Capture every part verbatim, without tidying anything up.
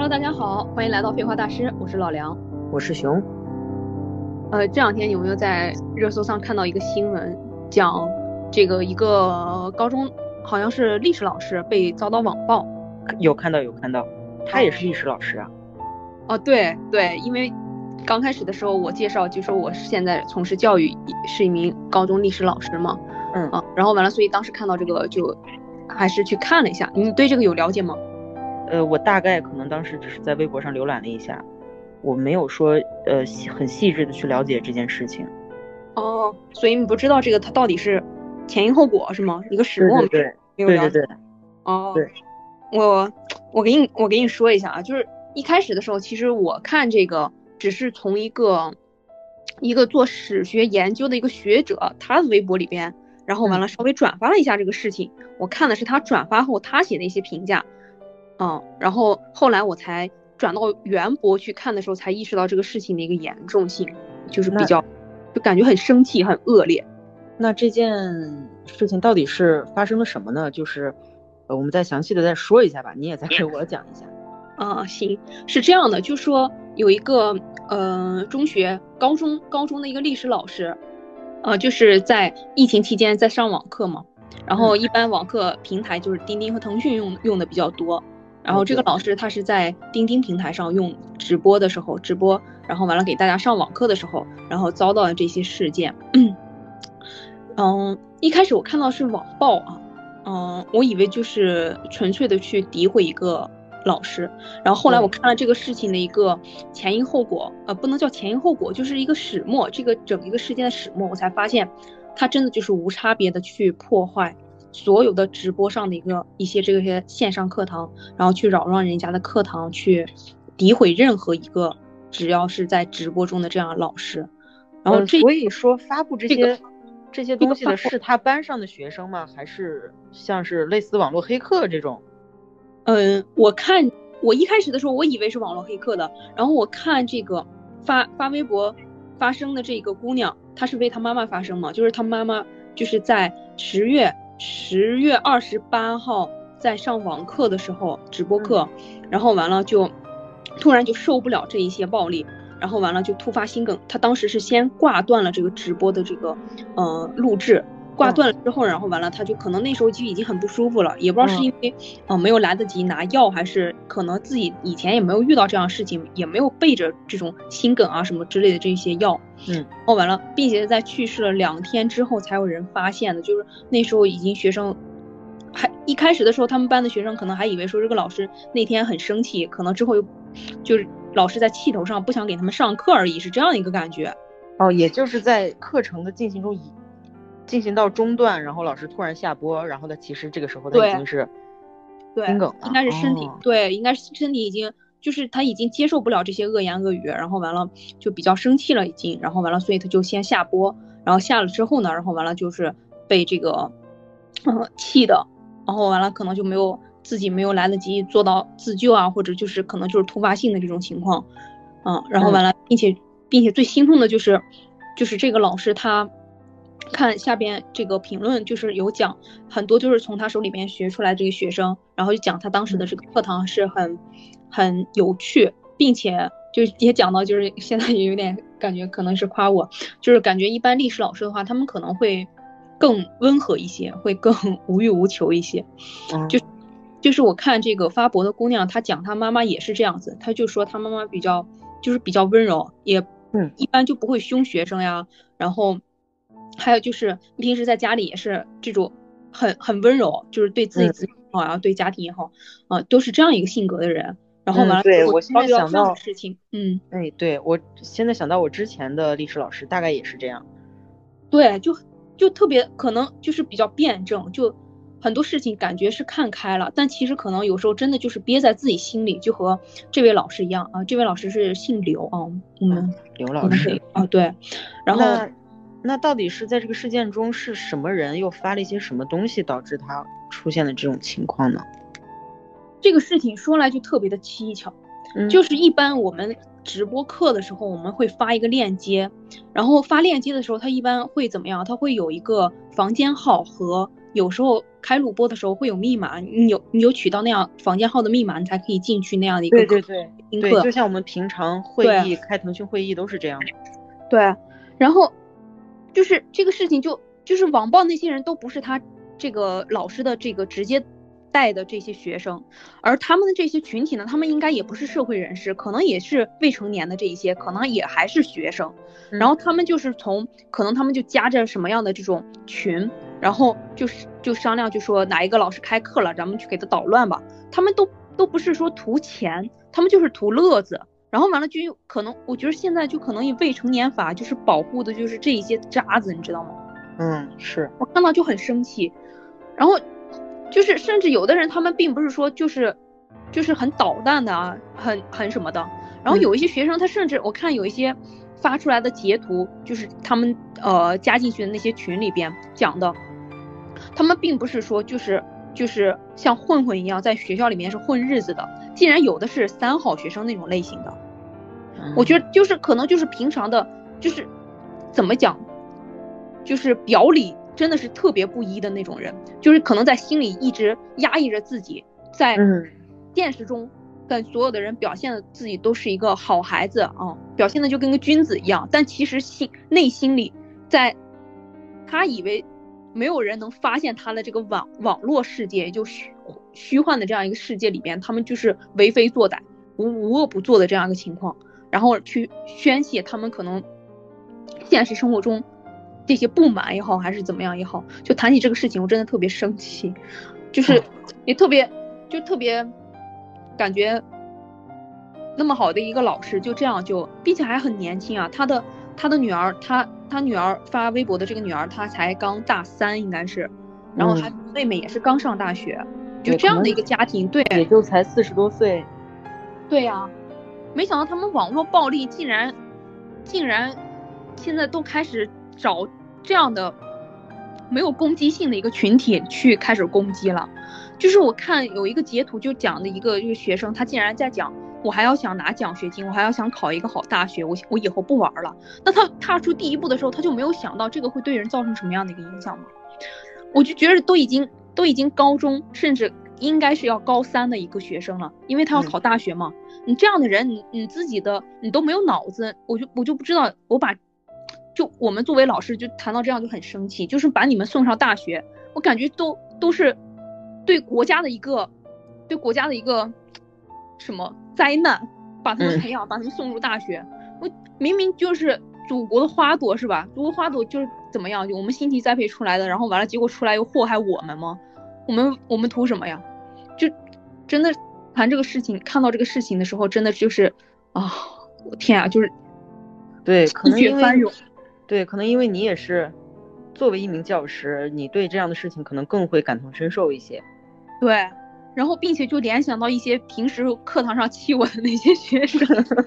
Hello，大家好，欢迎来到废话大师，我是老梁， 我是熊。 呃，这两天有没有在热搜上看到一个新闻，讲这个一个高中好像是历史老师被遭到网暴？ 有看到有看到，他也是历史老师啊。 哦，对对，因为刚开始的时候我介绍就说我现在从事教育，是一名高中历史老师嘛， 嗯啊，然后完了，所以当时看到这个就还是去看了一下。你对这个有了解吗？ 呃，我大概可能当时只是在微博上浏览了一下，我没有说呃很细致的去了解这件事情。 哦，所以你不知道这个它到底是前因后果是吗？一个始末？ 对对没有了解。 对对对。 哦， 对， 我我给你我给你说一下啊，就是一开始的时候，其实我看这个只是从一个一个做史学研究的一个学者他的微博里边，然后完了稍微转发了一下这个事情。嗯、我看的是他转发后他写的一些评价，嗯，然后后来我才转到原博去看的时候，才意识到这个事情的一个严重性，就是比较就感觉很生气，很恶劣。 那这件事情到底是发生了什么呢？就是呃，我们再详细的再说一下吧，你也再给我讲一下。 啊，行，是这样的，就说有一个呃中学、高中、高中的一个历史老师，呃，就是在疫情期间在上网课嘛，然后一般网课平台就是钉钉和腾讯用用的比较多，然后这个老师他是在钉钉平台上用直播的时候直播，然后完了给大家上网课的时候，然后遭到了这些事件。嗯，一开始我看到是网暴啊，嗯，我以为就是纯粹的去诋毁一个老师，然后后来我看了这个事情的一个前因后果，呃，不能叫前因后果，就是一个始末，这个整一个事件的始末，我才发现，他真的就是无差别的去破坏所有的直播上的一个一些这些线上课堂，然后去扰乱人家的课堂，去诋毁任何一个只要是在直播中的这样的老师，然后这、 呃、所以说发布这些、 这个、 这些东西的是他班上的学生吗？还是像是类似网络黑客这种？ 嗯，我看我一开始的时候我以为是网络黑客的，然后我看这个发发微博发声的这个姑娘，她是为她妈妈发声嘛，就是她妈妈就是在十月十月二十八号在上网课的时候直播课，嗯、然后完了就突然就受不了这一些暴力，然后完了就突发心梗，她当时是先挂断了这个直播的这个呃录制。挂断了之后，然后完了，他就可能那时候就已经很不舒服了，也不知道是因为嗯、呃、没有来得及拿药，还是可能自己以前也没有遇到这样的事情，也没有备着这种心梗啊什么之类的这些药， 嗯， 然后完了，并且在去世了两天之后才有人发现的，就是那时候已经学生还一开始的时候，他们班的学生可能还以为说这个老师那天很生气，可能之后又就是老师在气头上不想给他们上课而已，是这样的一个感觉。 哦，也就是在课程的进行中以。进行到中段，然后老师突然下播，然后他其实这个时候他已经是心梗了， 应该是身体、 哦、 对，应该是身体已经就是他已经接受不了这些恶言恶语，然后完了就比较生气了已经，然后完了所以他就先下播，然后下了之后呢，然后完了就是被这个呃气的，然后完了可能就没有自己没有来得及做到自救啊，或者就是可能就是突发性的这种情况，嗯，然后完了，并且并且最心痛的就是就是这个老师他。看下边这个评论，就是有讲很多就是从他手里边学出来这个学生，然后就讲他当时的这个课堂是很很有趣，并且就也讲到就是现在也有点感觉可能是夸我，就是感觉一般历史老师的话，他们可能会更温和一些，会更无欲无求一些。就就是我看这个发博的姑娘，她讲她妈妈也是这样子，她就说她妈妈比较就是比较温柔，也一般就不会凶学生呀，然后。还有就是平时在家里也是这种很很温柔，就是对自己子女也好，然后对家庭也好，啊、呃，都是这样一个性格的人。然后完了， 嗯、对我现在想到事情，嗯， 哎，对我现在想到我之前的历史老师大概也是这样， 对，就就特别可能就是比较辩证，就很多事情感觉是看开了，但其实可能有时候真的就是憋在自己心里，就和这位老师一样啊，这位老师是姓刘啊，嗯， 刘老师啊，对，然后。 那到底是在这个事件中是什么人又发了一些什么东西导致他出现了这种情况呢？ 这个事情说来就特别的蹊跷， 嗯、 就是一般我们直播课的时候我们会发一个链接，然后发链接的时候他一般会怎么样，他会有一个房间号和有时候开录播的时候会有密码，你有你有取到那样房间号的密码，你才可以进去那样的一个对对对听课。 对，就像我们平常会议开腾讯会议都是这样的。 对，然后就是这个事情就就是网暴那些人都不是他这个老师的这个直接带的这些学生，而他们的这些群体呢，他们应该也不是社会人士，可能也是未成年的这一些，可能也还是学生。然后他们就是从可能他们就加着什么样的这种群，然后就是就商量，就说哪一个老师开课了，咱们去给他捣乱吧。他们都都不是说图钱，他们就是图乐子。然后完了就可能，我觉得现在就可能以未成年法就是保护的就是这一些渣子，你知道吗？ 嗯，是我看到就很生气。然后就是甚至有的人他们并不是说就是就是很捣蛋的啊，很很什么的。然后有一些学生他甚至我看有一些发出来的截图，就是他们呃加进去的那些群里边讲的，他们并不是说就是就是像混混一样在学校里面是混日子的，竟然有的是三好学生那种类型的。我觉得就是可能就是平常的，就是怎么讲，就是表里真的是特别不一的那种人，就是可能在心里一直压抑着自己，在现实中跟所有的人表现的自己都是一个好孩子啊、嗯，表现的就跟个君子一样，但其实心内心里，在他以为没有人能发现他的这个网网络世界，就虚虚幻的这样一个世界里边，他们就是为非作歹、无无恶不作的这样一个情况，然后去宣泄他们可能现实生活中这些不满也好，还是怎么样也好。就谈起这个事情，我真的特别生气，就是也特别就特别感觉那么好的一个老师就这样就，并且还很年轻啊，他的他的女儿，他他女儿发微博的这个女儿，她才刚大三应该是，然后还妹妹也是刚上大学，嗯、就这样的一个家庭，对， 也就才四十多岁， 对呀、啊，没想到他们网络暴力竟然竟然现在都开始找这样的没有攻击性的一个群体去开始攻击了。就是我看有一个截图就讲的一个就是学生，他竟然在讲我还要想拿奖学金，我还要想考一个好大学，我我以后不玩了。那他踏出第一步的时候，他就没有想到这个会对人造成什么样的一个影响吗？我就觉得都已经都已经高中，甚至应该是要高三的一个学生了，因为他要考大学嘛。嗯、你这样的人，你你自己的你都没有脑子，我就我就不知道，我把就我们作为老师就谈到这样就很生气，就是把你们送上大学，我感觉都都是对国家的一个对国家的一个什么灾难，把他们培养、嗯、把他们送入大学。我明明就是祖国的花朵是吧？祖国花朵就是怎么样，就我们辛勤栽培出来的，然后完了结果出来又祸害我们吗？我们我们图什么呀？就真的谈这个事情，看到这个事情的时候，真的就是啊，我天啊，就是对，可能因为翻涌。 对，可能因为你也是作为一名教师，你对这样的事情可能更会感同身受一些。 对，然后并且就联想到一些平时课堂上气我的那些学生。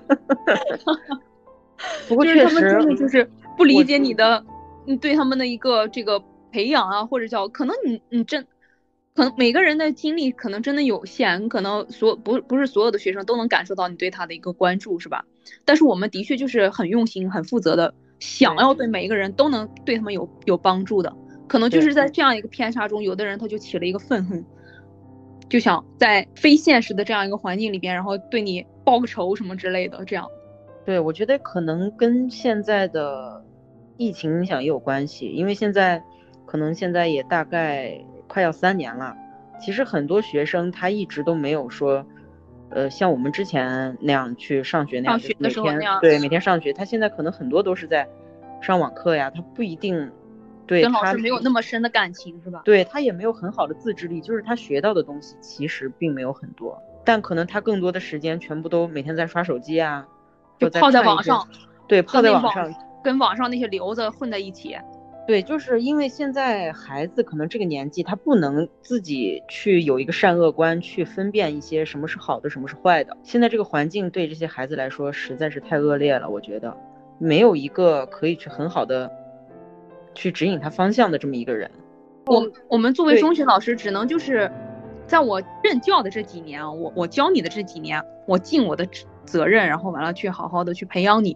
不过确实， 就是他们真的就是不理解你的，你对他们的一个这个培养啊，或者叫可能你你真，可能每个人的精力可能真的有限，可能所不不是所有的学生都能感受到你对他的一个关注，是吧？但是我们的确就是很用心、很负责的，想要对每一个人都能对他们有有帮助的。可能就是在这样一个偏差中，有的人他就起了一个愤恨，就想在非现实的这样一个环境里边，然后对你报个仇什么之类的，这样。 对，我觉得可能跟现在的疫情影响也有关系，因为现在可能现在也大概快要三年了，其实很多学生他一直都没有说，呃，像我们之前那样去上学那样， 上学的时候那样， 对，每天上学，他现在可能很多都是在上网课呀，他不一定对跟老师没有那么深的感情，是吧？ 对，他也没有很好的自制力，就是他学到的东西其实并没有很多，但可能他更多的时间全部都每天在刷手机啊。 就泡在网上， 对，泡在网上， 跟网上那些瘤子混在一起。 对，就是因为现在孩子可能这个年纪，他不能自己去有一个善恶观，去分辨一些什么是好的，什么是坏的。现在这个环境对这些孩子来说实在是太恶劣了，我觉得没有一个可以去很好的去指引他方向的这么一个人。 我我们作为中学老师，只能就是在我任教的这几年，我我教你的这几年，我尽我的责任，然后完了去好好的去培养你，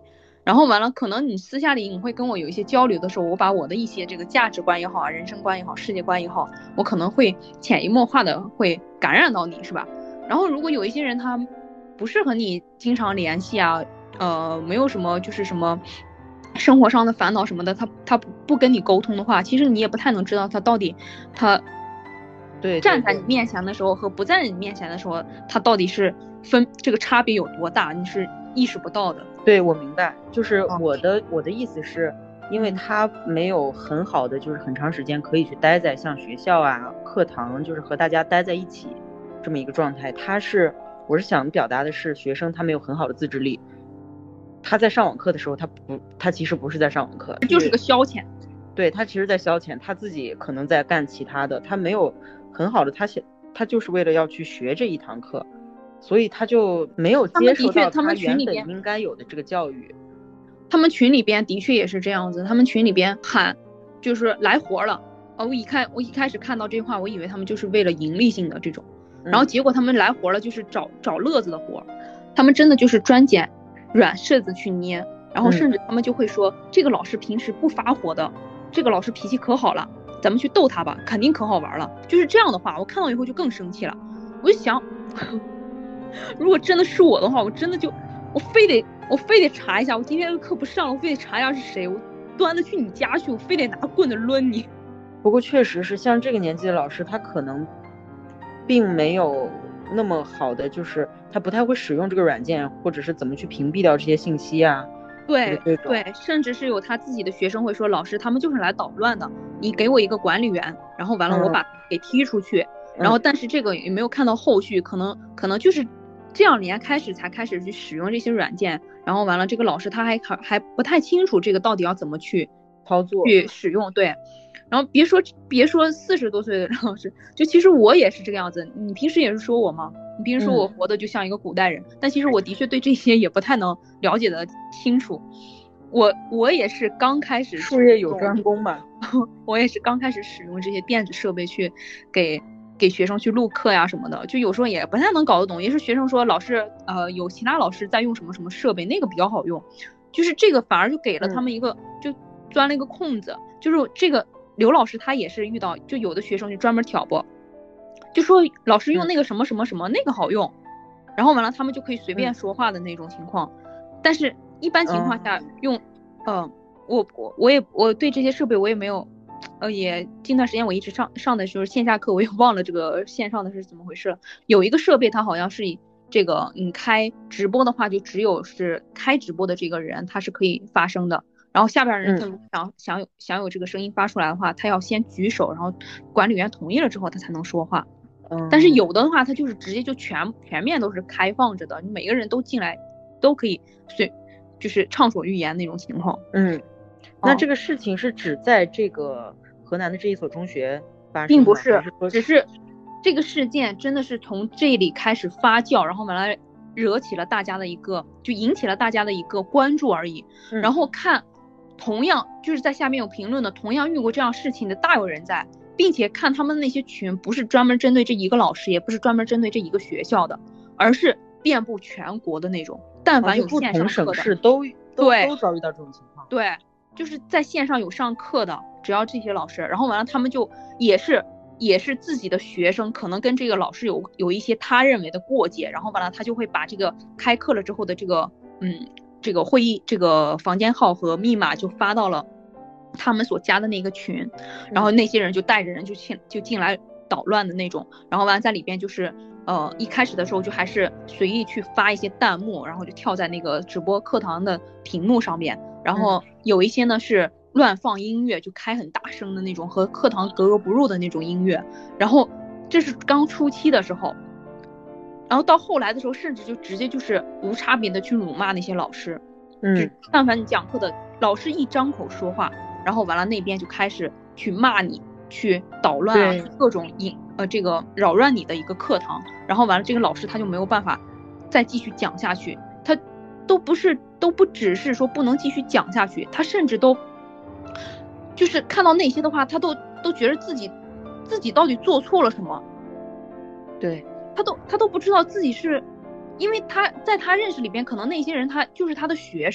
然后完了，可能你私下里你会跟我有一些交流的时候，我把我的一些这个价值观也好啊，人生观也好，世界观也好，我可能会潜移默化的会感染到你，是吧？然后如果有一些人他不是和你经常联系啊，呃，没有什么就是什么生活上的烦恼什么的，他他不不跟你沟通的话，其实你也不太能知道他到底他对站在你面前的时候和不在你面前的时候，他到底是分这个差别有多大，你是意识不到的。 对，我明白，就是我的、嗯、我的意思是，因为他没有很好的就是很长时间可以去待在像学校啊、课堂，就是和大家待在一起这么一个状态。他是我是想表达的是，学生他没有很好的自制力。他在上网课的时候，他不，他其实不是在上网课， 就是个消遣。 对，他其实在消遣，他自己可能在干其他的，他没有很好的，他想他就是为了要去学这一堂课。所以他就没有接受到他原本应该有的这个教育。 他们群里边的确也是这样子，他们群里边喊就是来活了。哦，我一开我一开始看到这话，我以为他们就是为了盈利性的这种，然后结果他们来活了，就是找找乐子的活。他们真的就是专捡软柿子去捏，然后甚至他们就会说、嗯、这个老师平时不发火的，这个老师脾气可好了，咱们去逗他吧，肯定可好玩了。就是这样的话，我看到以后就更生气了，我就想。如果真的是我的话，我真的就我非得我非得查一下，我今天的课不上了，我非得查一下是谁，我端着去你家去，我非得拿棍子抡你。 不过确实是像这个年纪的老师，他可能并没有那么好的，就是他不太会使用这个软件，或者是怎么去屏蔽掉这些信息啊。 对对，甚至是有他自己的学生会说，老师他们就是来捣乱的，你给我一个管理员，然后完了我把他给踢出去、嗯、然后但是这个也没有看到后续，可能可能就是这两年开始才开始去使用这些软件，然后完了这个老师他还还不太清楚这个到底要怎么去操作去使用。对，然后别说别说四十多岁的老师，就其实我也是这个样子。你平时也是说我吗？你平时说我活的就像一个古代人、嗯、但其实我的确对这些也不太能了解的清楚。我我也是刚开始， 术业有专攻嘛我也是刚开始使用这些电子设备去给给学生去录课呀什么的，就有时候也不太能搞得懂，也是学生说老师呃有其他老师在用什么什么设备，那个比较好用，就是这个反而就给了他们一个、嗯、就钻了一个空子。就是这个刘老师他也是遇到，就有的学生就专门挑拨，就说老师用那个什么什么什么、嗯、那个好用，然后完了他们就可以随便说话的那种情况、嗯、但是一般情况下用嗯、呃、我我我也我对这些设备我也没有呃，也近段时间我一直上上的就是线下课，我也忘了这个线上的是怎么回事。有一个设备它好像是这个你开直播的话，就只有是开直播的这个人他是可以发声的，然后下边人他想、嗯、想有想有这个声音发出来的话，他要先举手，然后管理员同意了之后他才能说话。 嗯， 但是有的话他就是直接就全全面都是开放着的，你每个人都进来都可以随就是畅所欲言那种情况。 嗯，那这个事情是指在这个河南的这一所中学发生， 并不是，只是这个事件真的是从这里开始发酵，然后完了惹起了大家的一个，就引起了大家的一个关注而已。 嗯、 然后看同样就是在下面有评论的，同样遇过这样事情的大有人在，并且看他们那些群不是专门针对这一个老师，也不是专门针对这一个学校的，而是遍布全国的那种，但凡有线上课的、 不同省市都都对都遭遇到这种情况。 对，就是在线上有上课的，只要这些老师，然后完了他们就也是也是自己的学生，可能跟这个老师有有一些他认为的过节，然后完了他就会把这个开课了之后的这个嗯这个会议这个房间号和密码就发到了他们所加的那个群，然后那些人就带着人就进就进来捣乱的那种，然后完了在里边就是呃一开始的时候就还是随意去发一些弹幕，然后就跳在那个直播课堂的屏幕上面，然后有一些呢是乱放音乐，就开很大声的那种，和课堂格格不入的那种音乐。然后这是刚初期的时候，然后到后来的时候甚至就直接就是无差别的去辱骂那些老师。 嗯， 但凡你讲课的老师一张口说话，然后完了那边就开始去骂你，去捣乱啊，各种引呃这个扰乱你的一个课堂，然后完了这个老师他就没有办法再继续讲下去，他都不是都不只是说不能继续讲下去，他甚至都就是看到那些的话，他都都觉得自己自己到底做错了什么。 对， 他都他都不知道自己是，因为他在他认识里边，可能那些人他就是他的学生，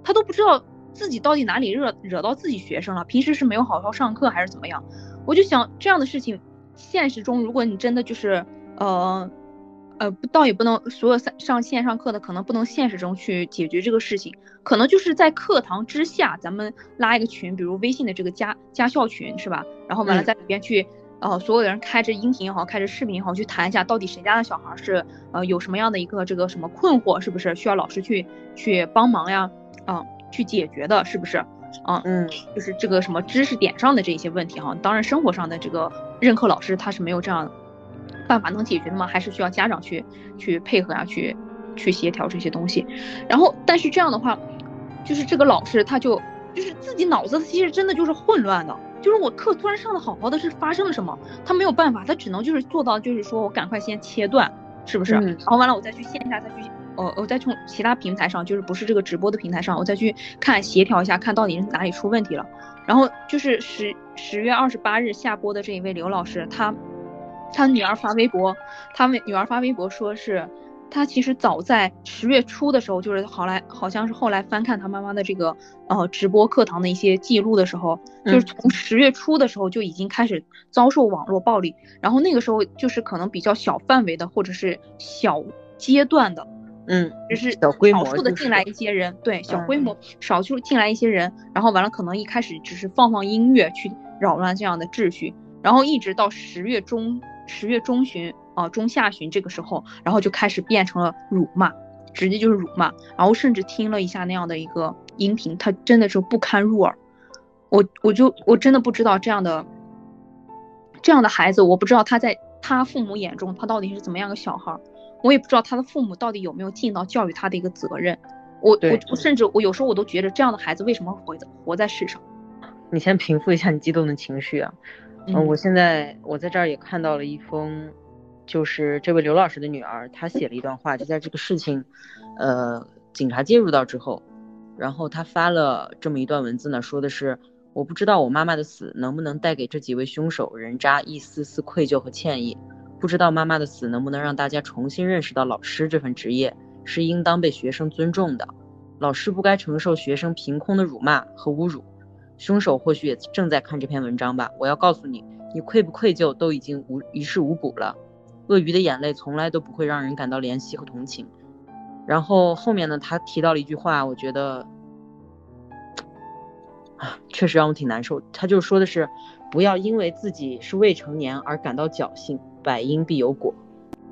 他都不知道自己到底哪里惹惹到自己学生了，平时是没有好好上课还是怎么样？我就想这样的事情，现实中如果你真的就是呃呃，倒也不能所有上线上课的可能不能现实中去解决这个事情，可能就是在课堂之下，咱们拉一个群，比如微信的这个家家校群是吧？然后完了在里边去。嗯呃，所有人开着音频也好，开着视频也好，去谈一下到底谁家的小孩是呃有什么样的一个这个什么困惑，是不是需要老师去去帮忙呀？啊、呃，去解决的，是不是？啊， 嗯， 就是这个什么知识点上的这些问题哈，当然生活上的这个任课老师他是没有这样办法能解决的嘛，还是需要家长去去配合啊，去去协调这些东西。然后，但是这样的话，就是这个老师他就就是自己脑子其实真的就是混乱的。就是我课突然上的好好的，是发生了什么？他没有办法，他只能就是做到，就是说我赶快先切断，是不是？嗯、然后完了我再去线下再去，呃，我再从其他平台上，就是不是这个直播的平台上，我再去看协调一下，看到底是哪里出问题了。然后就是十十月二十八日下播的这一位刘老师，他他女儿发微博，他女儿发微博说是。他其实早在十月初的时候，就是好来好像是后来翻看他妈妈的这个呃直播课堂的一些记录的时候，就是从十月初的时候就已经开始遭受网络暴力，然后那个时候就是可能比较小范围的或者是小阶段的， 嗯， 就是小规模少数的进来一些人，对，小规模少数进来一些人，然后完了可能一开始只是放放音乐去扰乱这样的秩序，然后一直到十月中十月中旬。啊、呃，中下旬这个时候，然后就开始变成了辱骂，直接就是辱骂，然后甚至听了一下那样的一个音频，他真的是不堪入耳。我我就我真的不知道这样的这样的孩子，我不知道他在他父母眼中他到底是怎么样个小孩，我也不知道他的父母到底有没有尽到教育他的一个责任。我我我甚至我有时候我都觉得这样的孩子为什么会活活在世上？ 你先平复一下你激动的情绪啊。嗯、呃，我现在我在这儿也看到了一封。就是这位刘老师的女儿，她写了一段话，就在这个事情，呃，警察介入到之后，然后她发了这么一段文字呢，说的是，我不知道我妈妈的死能不能带给这几位凶手人渣一丝丝愧疚和歉意，不知道妈妈的死能不能让大家重新认识到老师这份职业是应当被学生尊重的，老师不该承受学生凭空的辱骂和侮辱。凶手或许也正在看这篇文章吧，我要告诉你，你愧不愧疚都已经无于事无补了。鳄鱼的眼泪从来都不会让人感到怜惜和同情。然后后面呢，他提到了一句话，我觉得啊，确实让我挺难受。他就说的是，不要因为自己是未成年而感到侥幸，百因必有果。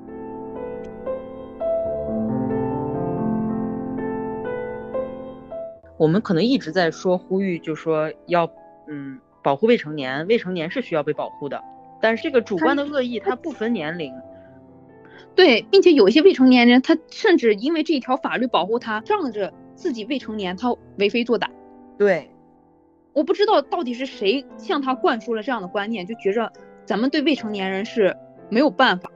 我们可能一直在说呼吁，就说要嗯保护未成年，未成年是需要被保护的。但是这个主观的恶意它不分年龄， 对，并且有一些未成年人他甚至因为这一条法律保护他，仗着自己未成年他为非作歹。 对， 我不知道到底是谁向他灌输了这样的观念，就觉着咱们对未成年人是没有办法。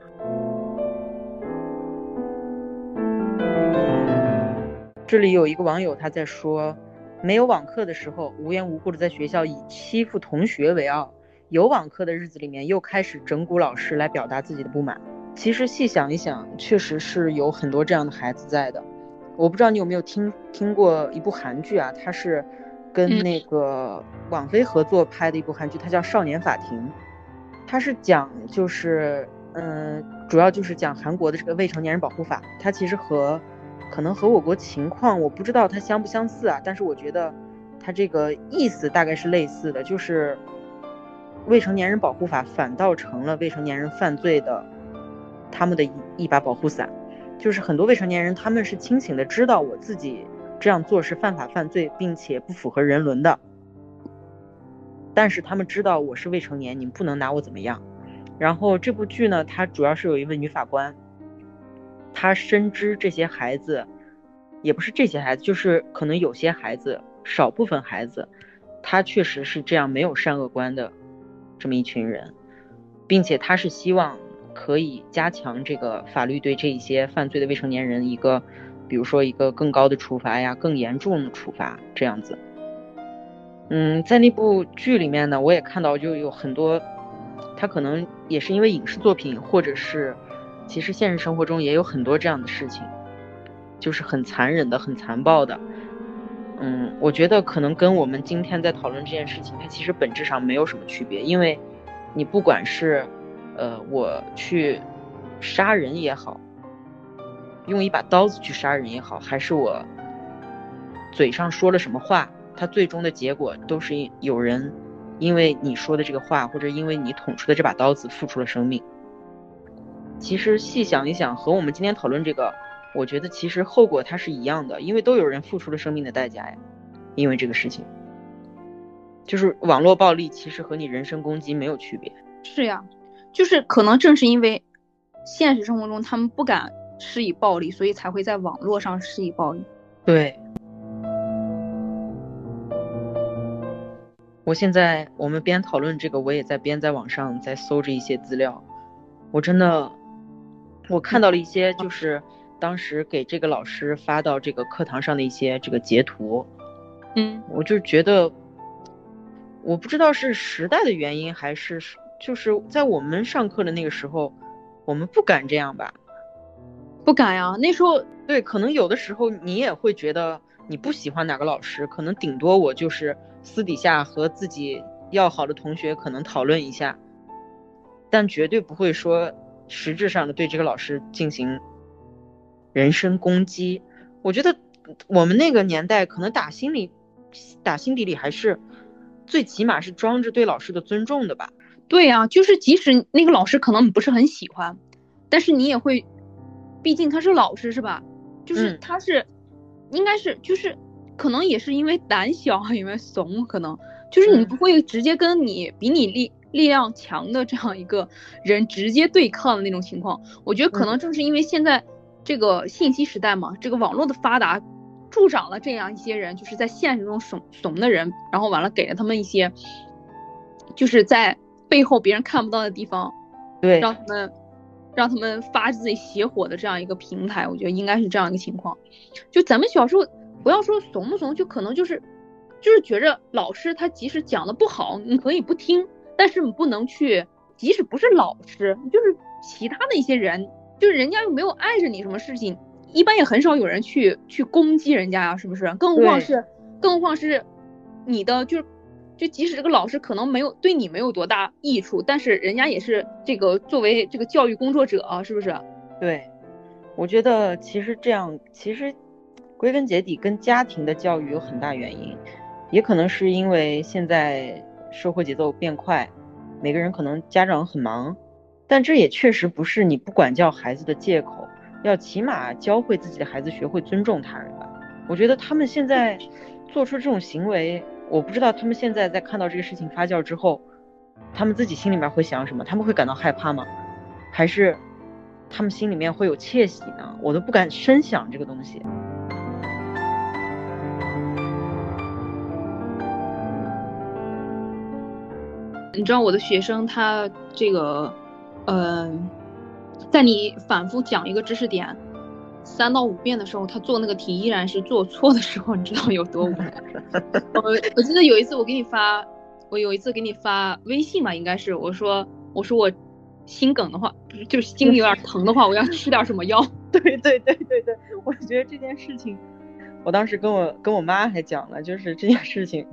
这里有一个网友他在说，没有网课的时候无缘无故的在学校以欺负同学为傲，有网课的日子里面又开始整蛊老师来表达自己的不满。其实细想一想，确实是有很多这样的孩子在的。我不知道你有没有听听过一部韩剧啊，它是跟那个网飞合作拍的一部韩剧，它叫《少年法庭》。它是讲就是嗯，主要就是讲韩国的这个未成年人保护法。它其实和可能和我国情况我不知道它相不相似啊，但是我觉得它这个意思大概是类似的，就是未成年人保护法反倒成了未成年人犯罪的他们的一一把保护伞。就是很多未成年人他们是清醒的知道我自己这样做是犯法犯罪并且不符合人伦的，但是他们知道我是未成年，你们不能拿我怎么样。然后这部剧呢，它主要是有一位女法官，她深知这些孩子，也不是这些孩子，就是可能有些孩子，少部分孩子，他确实是这样没有善恶观的这么一群人，并且他是希望可以加强这个法律对这一些犯罪的未成年人一个，比如说一个更高的处罚呀，更严重的处罚这样子。嗯，在那部剧里面呢，我也看到就有很多，他可能也是因为影视作品，或者是其实现实生活中也有很多这样的事情，就是很残忍的、很残暴的。 嗯，我觉得可能跟我们今天在讨论这件事情，它其实本质上没有什么区别，因为你不管是，呃，我去杀人也好，用一把刀子去杀人也好，还是我嘴上说了什么话，它最终的结果都是有人因为你说的这个话，或者因为你捅出的这把刀子付出了生命。其实细想一想，和我们今天讨论这个，我觉得其实后果它是一样的，因为都有人付出了生命的代价呀。因为这个事情，就是网络暴力其实和你人身攻击没有区别。 是呀，就是可能正是因为现实生活中他们不敢施以暴力，所以才会在网络上施以暴力。 对，我现在我们边讨论这个，我也在边在网上在搜着一些资料。我真的我看到了一些就是当时给这个老师发到这个课堂上的一些这个截图。 嗯， 我就觉得我不知道是时代的原因，还是就是在我们上课的那个时候我们不敢这样吧。 不敢呀，那时候对，可能有的时候你也会觉得你不喜欢哪个老师，可能顶多我就是私底下和自己要好的同学可能讨论一下，但绝对不会说实质上的对这个老师进行人身攻击。我觉得我们那个年代可能打心里打心底里还是最起码是装着对老师的尊重的吧。 对呀，就是即使那个老师可能不是很喜欢，但是你也会，毕竟他是老师是吧，就是他是、嗯、应该是就是可能也是因为胆小因为怂，可能就是你不会直接跟你比你力力量强的这样一个人直接对抗的那种情况。我觉得可能正是因为现在这个信息时代嘛，这个网络的发达助长了这样一些人，就是在现实中怂怂的人，然后完了给了他们一些就是在背后别人看不到的地方， 对， 让他们让他们发自己邪火的这样一个平台。我觉得应该是这样一个情况。就咱们小时候不要说怂不怂，就可能就是就是觉着老师他即使讲的不好你可以不听，但是你不能去，即使不是老师就是其他的一些人，就是人家又没有碍着你什么事情，一般也很少有人去去攻击人家啊，是不是？更何况是更何况是你的就是就即使这个老师可能没有对你没有多大益处，但是人家也是这个作为这个教育工作者啊，是不是？ 对，我觉得其实这样其实归根结底跟家庭的教育有很大原因，也可能是因为现在社会节奏变快，每个人可能家长很忙，但这也确实不是你不管教孩子的借口，要起码教会自己的孩子学会尊重他人吧。我觉得他们现在做出这种行为，我不知道他们现在在看到这个事情发酵之后，他们自己心里面会想什么？他们会感到害怕吗？还是他们心里面会有窃喜呢？我都不敢深想这个东西。 你知道我的学生他这个呃在你反复讲一个知识点三到五遍的时候，他做那个题依然是做错的时候，你知道有多无奈？我我记得有一次我给你发，我有一次给你发微信吧，应该是我说我说我心梗的话，就是心里有点疼的话，我要吃点什么药。 对对对对对，我觉得这件事情，我当时跟我跟我妈还讲了，就是这件事情，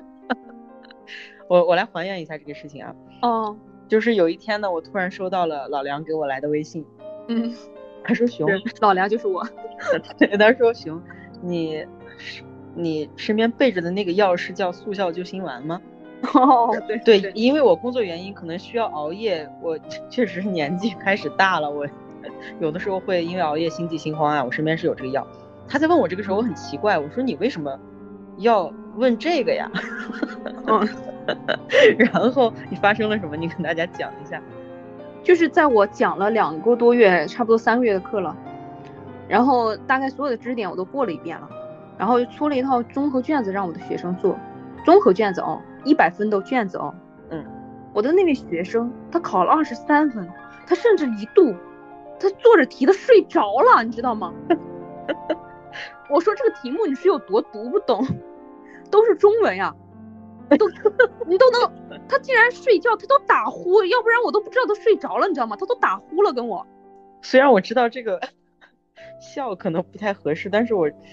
我我来还原一下这个事情啊。 哦， 就是有一天呢，我突然收到了老梁给我来的微信， 嗯。 他说熊， 老梁就是我。 对，他说熊，你你身边备着的那个药是叫速效救心丸吗？ 哦，对对对，因为我工作原因可能需要熬夜，我确实是年纪开始大了，我有的时候会因为熬夜心悸心慌啊，我身边是有这个药。他在问我这个时候我很奇怪，我说你为什么要问这个呀？ 嗯， 然后你发生了什么？你跟大家讲一下。 就是在我讲了两个多月，差不多三个月的课了，然后大概所有的知识点我都过了一遍了，然后出了一套综合卷子让我的学生做，综合卷子哦，一百分的卷子哦， 嗯， 我的那位学生他考了二十三分，他甚至一度他做着题他睡着了，你知道吗？我说这个题目你是有多读不懂，都是中文呀。都你都能，他竟然睡觉，他都打呼，要不然我都不知道他睡着了，你知道吗？他都打呼了跟我。 虽然我知道这个笑可能不太合适，但是我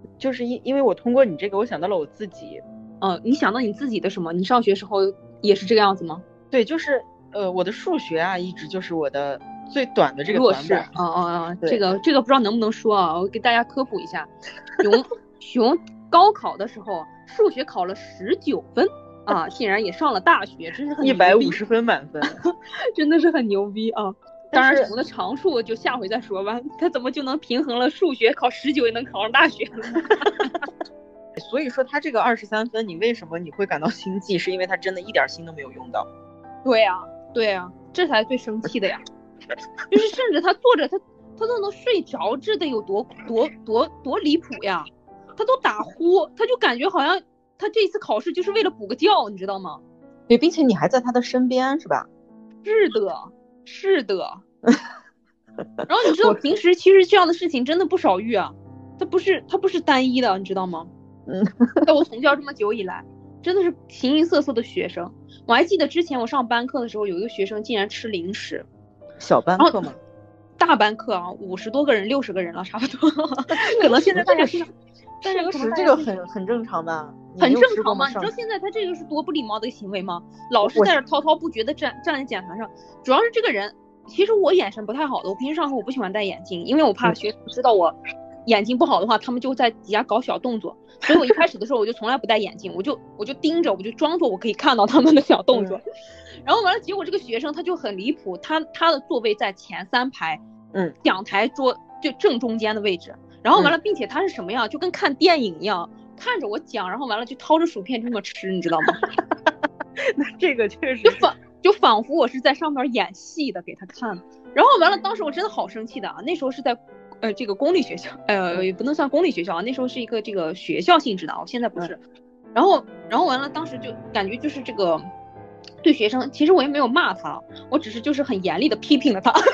就是因因为我通过你这个，我想到了我自己。 呃，你想到你自己的什么？你上学时候也是这个样子吗？ 对，就是呃，我的数学啊，一直就是我的最短的这个弱势。 短板。 啊啊啊！这个这个不知道能不能说啊？我给大家科普一下，熊熊高考的时候数学考了十九分啊，竟然也上了大学，真是很一百五十分满分， 真的是很牛逼啊！当然，熊的长处就下回再说吧。他怎么就能平衡了数学考十九也能考上大学呢？ 所以说他这个二十三分，你为什么你会感到心悸？是因为他真的一点心都没有用到。 对呀、啊，对呀、啊，这才最生气的呀！就是甚至他坐着，他他都能睡着，这得有多多多多离谱呀！他都打呼，他就感觉好像他这次考试就是为了补个觉，你知道吗？ 对，并且你还在他的身边，是吧？ 是的，是的。然后你知道，平时其实这样的事情真的不少遇啊，他不是他不是单一的，你知道吗？ 嗯， 在我从教这么久以来，真的是形形色色的学生。我还记得之前我上班课的时候，有一个学生竟然吃零食。 小班课吗？ 大班课啊，五十多个人，六十个人了，差不多。可能现在大家是， 但是吃这个很很正常吧？ 很正常吗？你知道现在他这个是多不礼貌的行为吗？老师在这滔滔不绝的站站在讲台上，主要是这个人，其实我眼神不太好的，我平时上课我不喜欢戴眼镜，因为我怕学生知道我眼睛不好的话，他们就在底下搞小动作，所以我一开始的时候我就从来不戴眼镜，我就我就盯着，我就装作我可以看到他们的小动作。嗯、然后完了，结果这个学生他就很离谱，他他的座位在前三排， 嗯， 讲台桌就正中间的位置。然后完了，并且他是什么样，就跟看电影一样，看着我讲，然后完了就掏着薯片这么吃，你知道吗？ 那这个确实就仿就仿佛我是在上面演戏的给他看。然后完了，当时我真的好生气的啊！那时候是在呃这个公立学校，呃也不能算公立学校啊，那时候是一个这个学校性质的啊，我现在不是。然后然后完了，当时就感觉就是这个对学生，其实我也没有骂他，我只是就是很严厉的批评了他。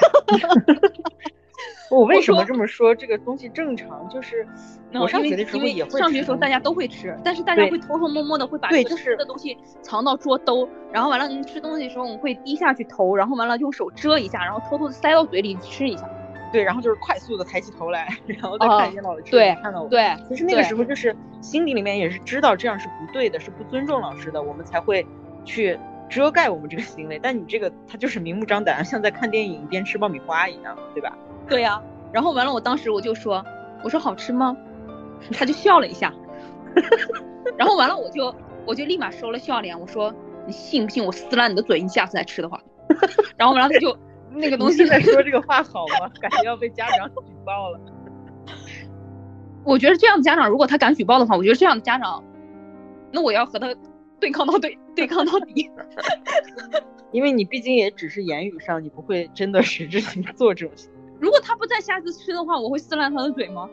我为什么这么说？这个东西正常，就是我上学的时候也会吃， 上学的时候大家都会吃，但是大家会偷偷摸摸的会把这个吃的东西藏到桌兜，然后完了你吃东西的时候我们会低下去偷，然后完了用手遮一下，然后偷偷的塞到嘴里吃一下。 对，然后就是快速的抬起头来，然后再看见老师， 对， 看到我。 对， 其实那个时候就是心底里面也是知道这样是不对的，是不尊重老师的，我们才会去遮盖我们这个行为。但你这个他就是明目张胆，像在看电影边吃爆米花一样，对吧？ 对呀、啊，然后完了，我当时我就说，我说好吃吗？他就笑了一下，然后完了我就我就立马收了笑脸，我说你信不信我撕烂你的嘴，你下次再吃的话。然后完了他就那个东西在说这个话好吗？感觉要被家长举报了。 我觉得这样的家长，如果他敢举报的话，我觉得这样的家长，那我要和他对抗到对对抗到底。 因为你毕竟也只是言语上，你不会真的实质性做这种事。 如果他不再下次吃的话，我会撕烂他的嘴吗？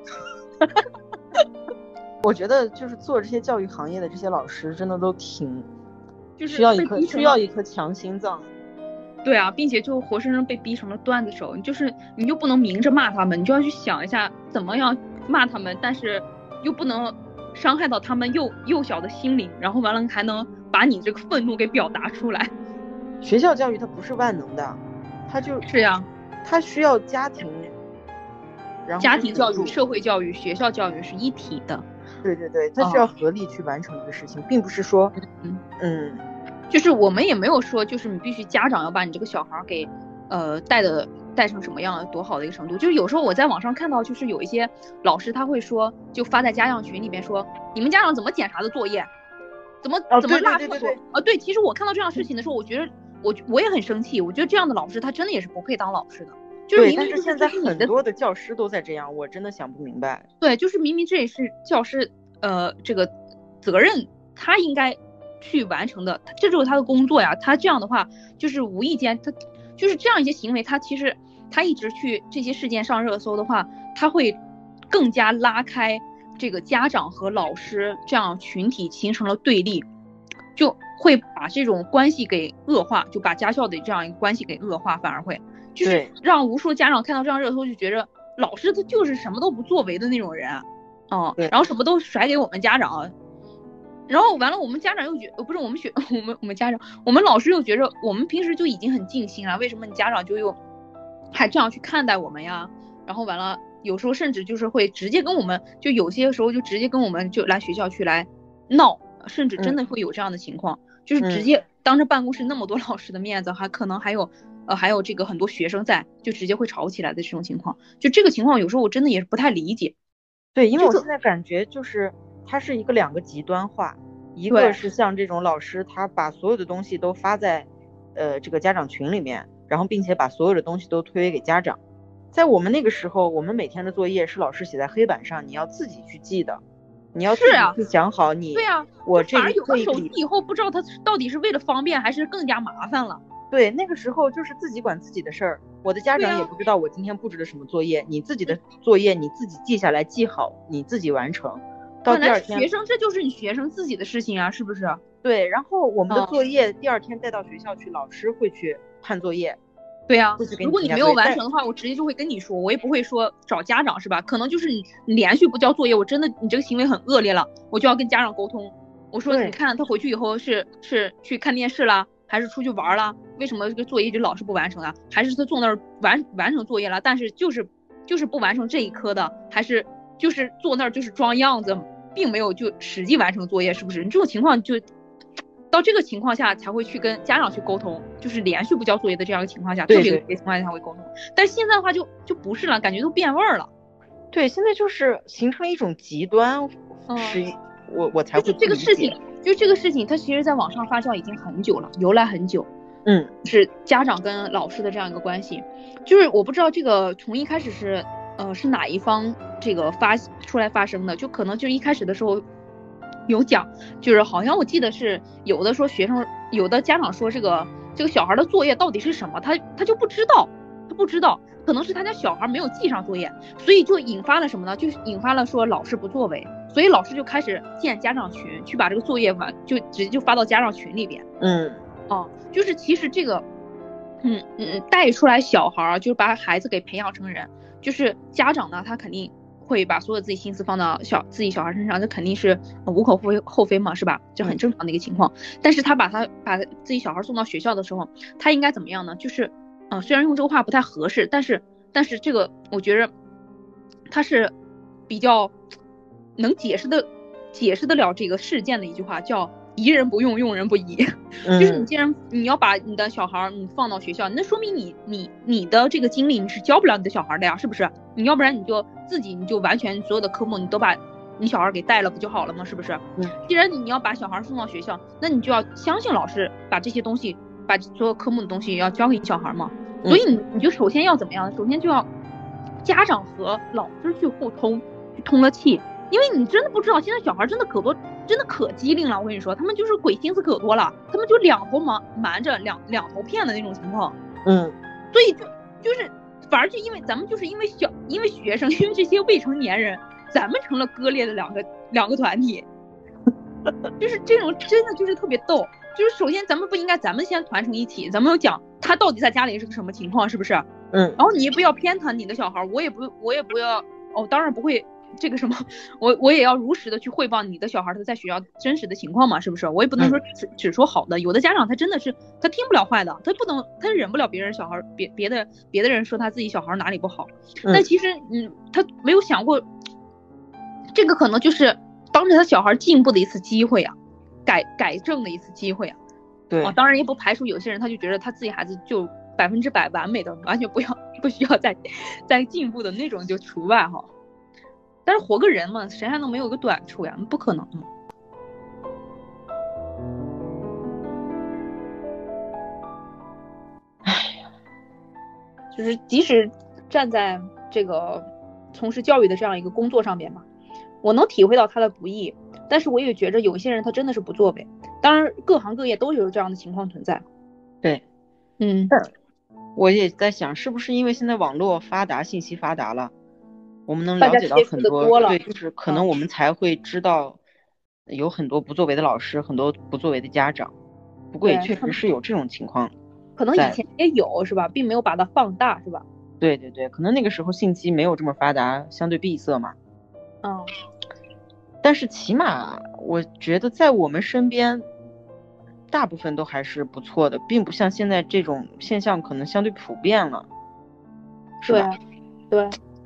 我觉得就是做这些教育行业的这些老师，真的都挺， 就是需要一颗需要一颗强心脏。 对啊，并且就活生生被逼成了段子手，就是你就不能明着骂他们，你就要去想一下怎么样骂他们，但是又不能伤害到他们幼幼小的心灵，然后完了还能把你这个愤怒给表达出来。 学校教育它不是万能的，它就是呀。 它需要家庭，然后家庭教育、社会教育、学校教育是一体的。 对对对，它需要合力去完成这个事情，哦、并不是说， 嗯嗯， 就是我们也没有说，就是你必须家长要把你这个小孩给，呃，带的带成什么样多好的一个程度。就是有时候我在网上看到，就是有一些老师他会说，就发在家长群里面说，你们家长怎么检查的作业，怎么、 哦、 怎么落厕所？ 啊，对，其实我看到这样的事情的时候，我觉得。我我也很生气，我觉得这样的老师他真的也是不配当老师的，就是明明但是现在很多的教师都在这样，我真的想不明白。 对，就是明明这也是教师呃这个责任，他应该去完成的，这就是他的工作呀。他这样的话，就是无意间他就是这样一些行为，他其实他一直去这些事件上热搜的话，他会更加拉开这个家长和老师这样群体形成了对立。就会把这种关系给恶化，就把家校的这样一个关系给恶化，反而会就是让无数家长看到这样热搜就觉得老师他就是什么都不作为的那种人，嗯，然后什么都甩给我们家长，然后完了我们家长又觉不是我们学我们我们家长我们老师又觉着我们平时就已经很尽心了，为什么你家长就又还这样去看待我们呀？ 然后完了有时候甚至就是会直接跟我们，就有些时候就直接跟我们就来学校去来闹，甚至真的会有这样的情况，嗯、就是直接当着办公室那么多老师的面子，还可能还有呃还有这个很多学生在，就直接会吵起来的这种情况。就这个情况有时候我真的也是不太理解。 对，因为我现在感觉就是它是一个两个极端化，一个是像这种老师他把所有的东西都发在呃这个家长群里面，然后并且把所有的东西都推给家长。在我们那个时候，我们每天的作业是老师写在黑板上，你要自己去记的，你要自己去想好你。 对啊， 我这反而有了手机以后，不知道他到底是为了方便还是更加麻烦了。 对，那个时候就是自己管自己的事儿，我的家长也不知道我今天布置了什么作业，啊、你自己的作业你自己记下来记好，你自己完成。到第二天， 学生这就是你学生自己的事情啊，是不是？ 对，然后我们的作业第二天带到学校去，哦、老师会去判作业。 对呀、啊，如果你没有完成的话，我直接就会跟你说，我也不会说找家长是吧？可能就是你连续不交作业，我真的你这个行为很恶劣了，我就要跟家长沟通。我说你看他回去以后是是去看电视啦，还是出去玩啦？为什么这个作业就老是不完成啊？还是他坐那儿完完成作业了，但是就是就是不完成这一科的，还是就是坐那儿就是装样子，并没有就实际完成作业，是不是？你这种情况就。到这个情况下才会去跟家长去沟通，就是连续不交作业的这样一个情况下，特别特别情况下才会沟通。但是现在的话就就不是了，感觉都变味儿了。 对，现在就是形成了一种极端， 嗯、 是我我才会这个事情，就这个事情，它其实在网上发酵已经很久了，由来很久。 嗯， 是家长跟老师的这样一个关系，就是我不知道这个从一开始是呃是哪一方这个发出来发生的，就可能就一开始的时候。有讲，就是好像我记得是有的说学生，有的家长说这个这个小孩的作业到底是什么，他他就不知道，他不知道，可能是他家小孩没有记上作业，所以就引发了什么呢？就引发了说老师不作为，所以老师就开始建家长群，去把这个作业完就直接就发到家长群里边。 嗯， 哦、嗯，就是其实这个，嗯嗯带出来小孩，就是把孩子给培养成人，就是家长呢，他肯定。会把所有自己心思放到小自己小孩身上，这肯定是无可厚非嘛，是吧？这很正常的一个情况。但是他把他把自己小孩送到学校的时候，他应该怎么样呢？就是，嗯、呃，虽然用这个话不太合适，但是但是这个我觉得他是比较能解释的解释得了这个事件的一句话，叫疑人不用，用人不疑。 嗯、 就是你既然你要把你的小孩你放到学校，那说明你你你的这个精力你是教不了你的小孩的呀，是不是？你要不然你就自己你就完全所有的科目你都把你小孩给带了不就好了吗？是不是？ 嗯， 既然你要把小孩送到学校，那你就要相信老师把这些东西把所有科目的东西要教给你小孩嘛。所以你你就首先要怎么样？首先就要家长和老师去互通，去通了气。因为你真的不知道，现在小孩真的可多，真的可机灵了。我跟你说，他们就是鬼心思可多了，他们就两头瞒瞒着，两两头骗的那种情况。 嗯， 所以就就是反而就因为咱们就是因为小，因为学生，因为这些未成年人，咱们成了割裂的两个两个团体。就是这种真的就是特别逗。就是首先咱们不应该，咱们先团成一起，咱们要讲他到底在家里是个什么情况，是不是？ 嗯。 然后你也不要偏袒你的小孩，我也不我也不要哦，当然不会。这个什么，我我也要如实的去汇报你的小孩他在学校真实的情况嘛，是不是？我也不能说只只说好的，有的家长他真的是他听不了坏的，他不能他忍不了别人小孩别别的别的人说他自己小孩哪里不好，但其实嗯他没有想过，这个可能就是帮着他小孩进步的一次机会啊，改改正的一次机会啊。 对、 哦，当然也不排除有些人他就觉得他自己孩子就百分之百完美的，完全不要不需要再再进步的那种就除外哈。但是活个人嘛，谁还能没有个短处呀？不可能嘛。哎呀，就是即使站在这个从事教育的这样一个工作上面吧，我能体会到他的不易，但是我也觉着有一些人他真的是不作为。当然，各行各业都有这样的情况存在。 对， 嗯， 我也在想，是不是因为现在网络发达，信息发达了？我们能了解到很多，对，就是可能我们才会知道有很多不作为的老师，很多不作为的家长。不过也确实是有这种情况， 可能以前也有是吧，并没有把它放大是吧？ 对对对，可能那个时候信息没有这么发达，相对闭塞嘛。 嗯， 但是起码我觉得在我们身边，大部分都还是不错的，并不像现在这种现象可能相对普遍了，是吧？ 对，对。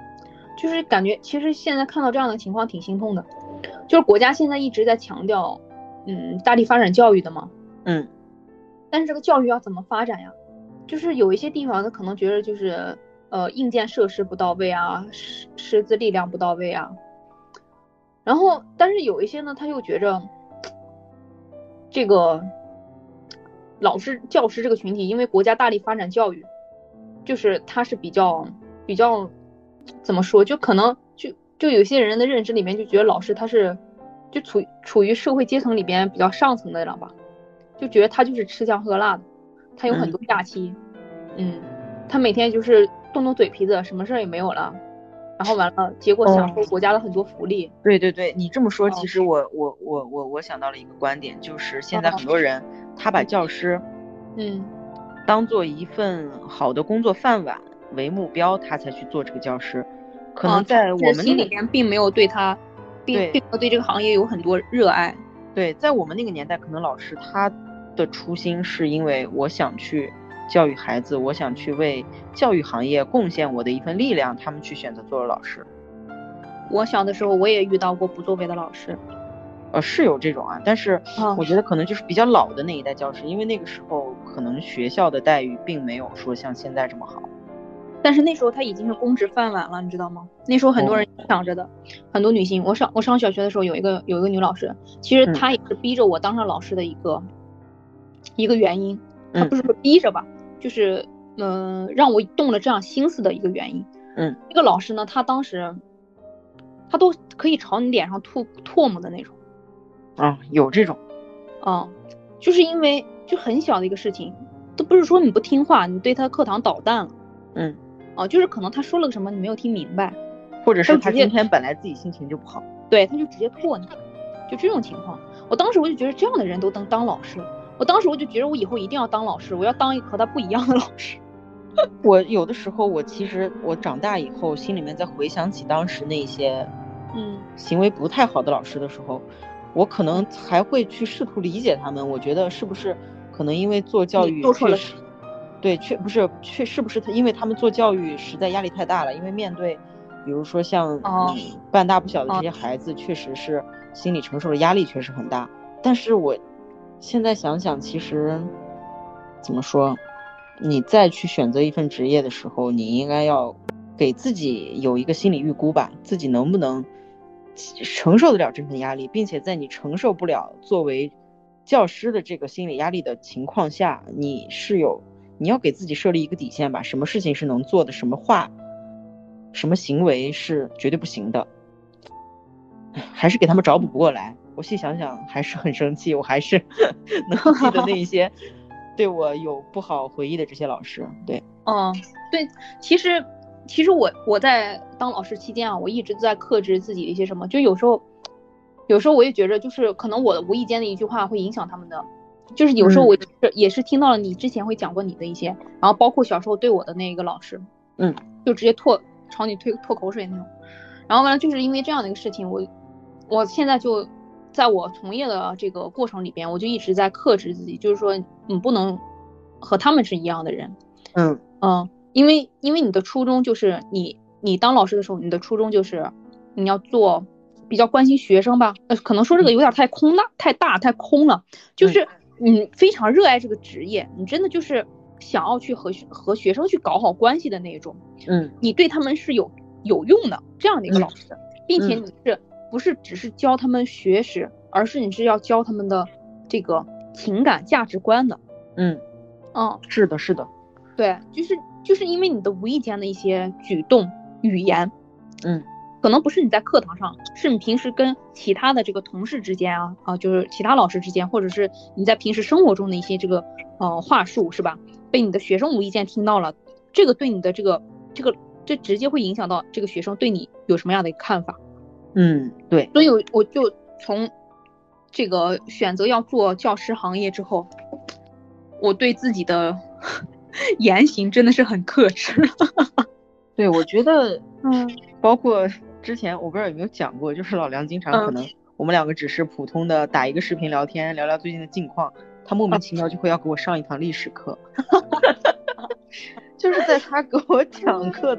就是感觉其实现在看到这样的情况挺心痛的，就是国家现在一直在强调，嗯，大力发展教育的嘛， 嗯， 但是这个教育要怎么发展呀？就是有一些地方他可能觉得就是呃硬件设施不到位啊，师师资力量不到位啊，然后但是有一些呢他又觉着这个老师教师这个群体，因为国家大力发展教育，就是他是比较比较怎么说，就可能就就有些人的认知里面就觉得老师他是就处处于社会阶层里边比较上层的了吧，就觉得他就是吃香喝辣的，他有很多假期，嗯，嗯他每天就是动动嘴皮子，什么事儿也没有了，然后完了，结果享受国家的很多福利。 哦、对对对，你这么说， 哦、 其实我我我我我想到了一个观点，就是现在很多人、哦、他把教师， 嗯， 当做一份好的工作饭碗为目标，他才去做这个教师。可能在我们、 哦、心里面并没有对他，并并没有对这个行业有很多热爱。 对，在我们那个年代，可能老师他的初心是因为我想去教育孩子，我想去为教育行业贡献我的一份力量，他们去选择做了老师。 我小的时候我也遇到过不作为的老师， 呃，是有这种啊，但是我觉得可能就是比较老的那一代教师，因为那个时候可能学校的待遇并没有说像现在这么好。 但是那时候他已经是公职饭碗了，你知道吗？那时候很多人想着的，哦、很多女性。我上我上小学的时候有一个有一个女老师，其实她也是逼着我当上老师的一个、嗯、一个原因，她不是说逼着吧，嗯、就是嗯、呃、让我动了这样心思的一个原因。 嗯， 这个老师呢，他当时他都可以朝你脸上吐唾沫的那种。 啊，有这种。 啊、嗯，就是因为就很小的一个事情，都不是说你不听话，你对他课堂捣蛋了。 嗯。 哦、啊，就是可能他说了个什么你没有听明白， 或者是他今天本来自己心情就不好， 对，他就直接唾你，就这种情况。我当时我就觉得这样的人都能当老师，我当时我就觉得我以后一定要当老师，我要当一个和他不一样的老师。 我有的时候我其实我长大以后心里面在回想起当时那些嗯行为不太好的老师的时候，我可能还会去试图理解他们。我觉得是不是可能因为做教育做错了， 对，确不是确是不是他因为他们做教育实在压力太大了，因为面对比如说像、 哦、 嗯半大不小的这些孩子，确实是心理承受的压力确实很大。但是我现在想想，其实怎么说，你再去选择一份职业的时候，你应该要给自己有一个心理预估吧，自己能不能承受得了这份压力，并且在你承受不了作为教师的这个心理压力的情况下，你是有你要给自己设立一个底线吧，什么事情是能做的，什么话什么行为是绝对不行的，还是给他们找补不过来。我细想想还是很生气，我还是能记得那一些对我有不好回忆的这些老师。对， 嗯，对，其实其实我我在当老师期间啊，我一直在克制自己的一些什么，就有时候有时候我也觉着，就是可能我的无意间的一句话会影响他们的，就是有时候我也是听到了你之前会讲过你的一些，嗯、然后包括小时候对我的那个老师， 嗯， 就直接唾朝你吐吐口水那种，然后完了就是因为这样的一个事情，我我现在就在我从业的这个过程里边，我就一直在克制自己，就是说你不能和他们是一样的人， 嗯嗯，因为因为你的初衷就是你你当老师的时候，你的初衷就是你要做比较关心学生吧，呃，可能说这个有点太空了，太大太空了，就是你非常热爱这个职业，你真的就是想要去和和学生去搞好关系的那种， 嗯， 你对他们是有有用的这样的一个老师，嗯、并且你是不是只是教他们学识，而是你是要教他们的这个情感价值观的， 嗯嗯， 是的，是的， 对，就是就是因为你的无意间的一些举动语言， 嗯。 可能不是你在课堂上，是你平时跟其他的这个同事之间啊啊，就是其他老师之间，或者是你在平时生活中的一些这个呃话术是吧？被你的学生无意间听到了，这个对你的这个这个这直接会影响到这个学生对你有什么样的一个看法。 嗯，对。 所以我就从这个选择要做教师行业之后，我对自己的言行真的是很克制。 对，我觉得嗯， 包括。之前我不知道有没有讲过，就是老梁经常可能我们两个只是普通的打一个视频聊天，聊聊最近的近况，他莫名其妙就会要给我上一堂历史课，就是在他给我讲课的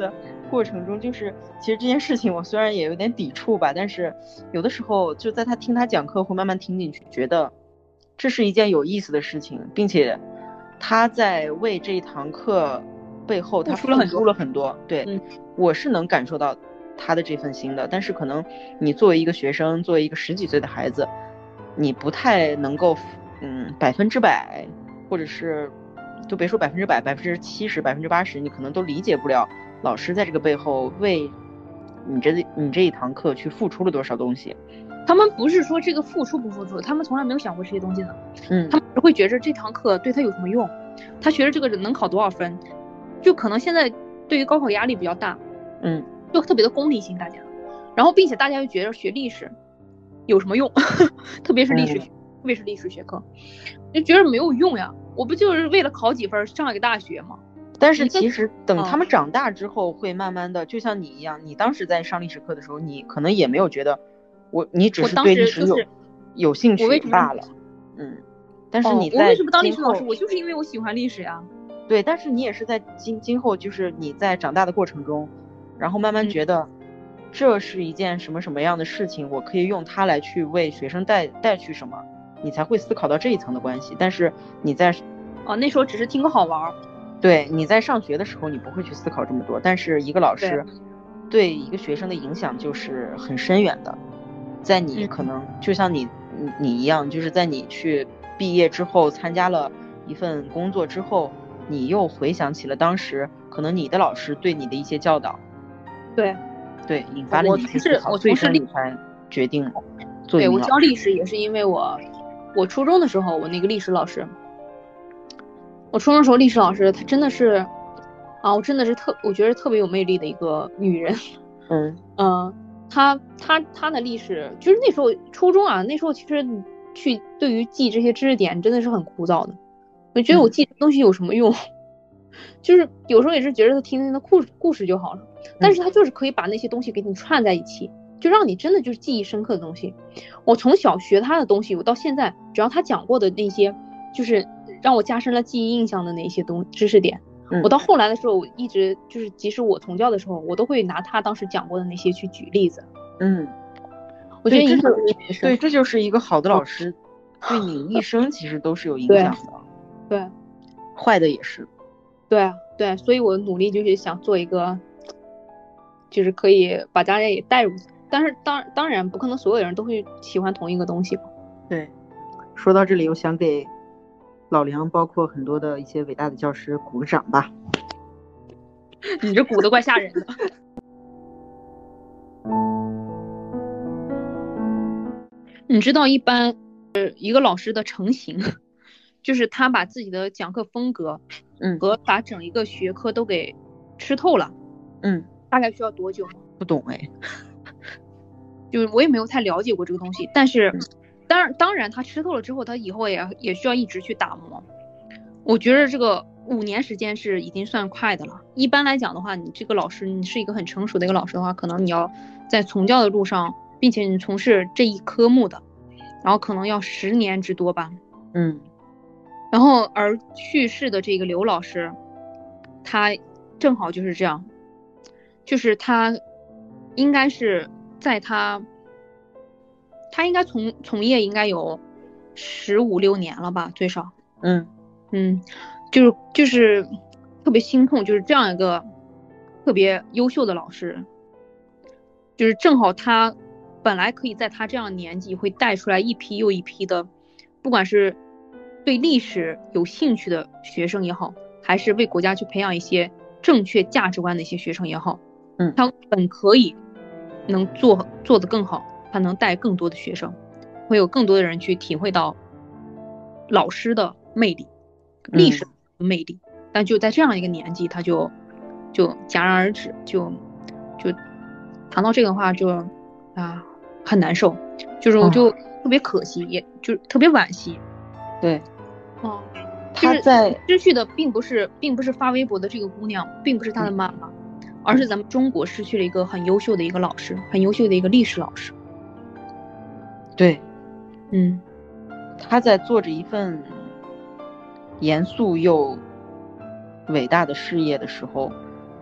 过程中，就是其实这件事情我虽然也有点抵触吧，但是有的时候就在他听他讲课会慢慢听进去，觉得这是一件有意思的事情，并且他在为这一堂课背后他付出了很多。对、嗯、我是能感受到他的这份心的，但是可能你作为一个学生，作为一个十几岁的孩子，你不太能够嗯百分之百，或者是就别说百分之百，百分之七十、百分之八十，你可能都理解不了老师在这个背后为你这你这一堂课去付出了多少东西。 他们不是说这个付出不付出，他们从来没有想过这些东西的。 嗯， 他们只会觉着这堂课对他有什么用，他学着这个能考多少分，就可能现在对于高考压力比较大， 嗯， 就特别的功利性大家，然后并且大家又觉得学历史有什么用，特别是历史、嗯、特别是历史学科，就觉得没有用呀，我不就是为了考几分上一个大学吗？ 但是其实等他们长大之后，会慢慢的、嗯、就像你一样，你当时在上历史课的时候，你可能也没有觉得我你只是对历史有、就是、有兴趣罢了。嗯，但是你在、哦、 我为什么当历史老师？我就是因为我喜欢历史呀。 对，但是你也是在今今后就是你在长大的过程中，然后慢慢觉得这是一件什么什么样的事情，我可以用它来去为学生带带去什么，你才会思考到这一层的关系。但是你在哦那时候只是听个好玩。 对，你在上学的时候你不会去思考这么多，但是一个老师对一个学生的影响就是很深远的。在你可能就像你你一样，就是在你去毕业之后参加了一份工作之后，你又回想起了当时可能你的老师对你的一些教导。 对对，引发了你去思考， 最终你才决定做一名老师。 对，我教历史也是因为我我初中的时候，我那个历史老师我初中的时候历史老师她真的是啊，我真的是特我觉得特别有魅力的一个女人。 嗯嗯、呃他他他的历史就是那时候初中啊，那时候其实去对于记这些知识点真的是很枯燥的。我觉得我记这东西有什么用？嗯、就是有时候也是觉得他听听的故事故事就好了，但是他就是可以把那些东西给你串在一起，就让你真的就是记忆深刻的东西。我从小学他的东西，我到现在只要他讲过的那些，就是让我加深了记忆印象的那些东知识点。我到后来的时候，我一直就是即使我从教的时候，我都会拿他当时讲过的那些去举例子。 嗯， 我觉得影响对，这就是一个好的老师，对你一生其实都是有影响的。 对，对坏的也是。 对对，所以我努力就是想做一个，就是可以把大家也带入，但是当当然不可能所有人都会喜欢同一个东西。 对，说到这里，我想给老梁包括很多的一些伟大的教师鼓个掌吧。 你这鼓的怪吓人的。你知道一般呃一个老师的成型，就是他把自己的讲课风格嗯和把整一个学科都给吃透了， 嗯， 大概需要多久吗？ 不懂哎， 就是我也没有太了解过这个东西，但是当然当然他吃透了之后，他以后也也需要一直去打磨。我觉得这个五年时间是已经算快的了。一般来讲的话，你这个老师你是一个很成熟的一个老师的话，可能你要在从教的路上，并且你从事这一科目的，然后可能要十年之多吧。 嗯， 然后而去世的这个刘老师，他正好就是这样，就是他应该是在他他应该从从业应该有十五六年了吧，最少。 嗯嗯，就是就是特别心痛，就是这样一个特别优秀的老师，就是正好他本来可以在他这样年纪会带出来一批又一批的，不管是对历史有兴趣的学生也好，还是为国家去培养一些正确价值观的一些学生也好， 嗯， 他本可以能做做得更好，他能带更多的学生，会有更多的人去体会到老师的魅力。历史的魅力、嗯、但就在这样一个年纪他就就戛然而止，就就谈到这个话就啊很难受，就是我就特别可惜、哦、也就特别惋惜。 对， 哦， 他在失去的并不是并不是发微博的这个姑娘，并不是她的妈妈、嗯、而是咱们中国失去了一个很优秀的一个老师，很优秀的一个历史老师。 对， 嗯， 他在做着一份严肃又伟大的事业的时候，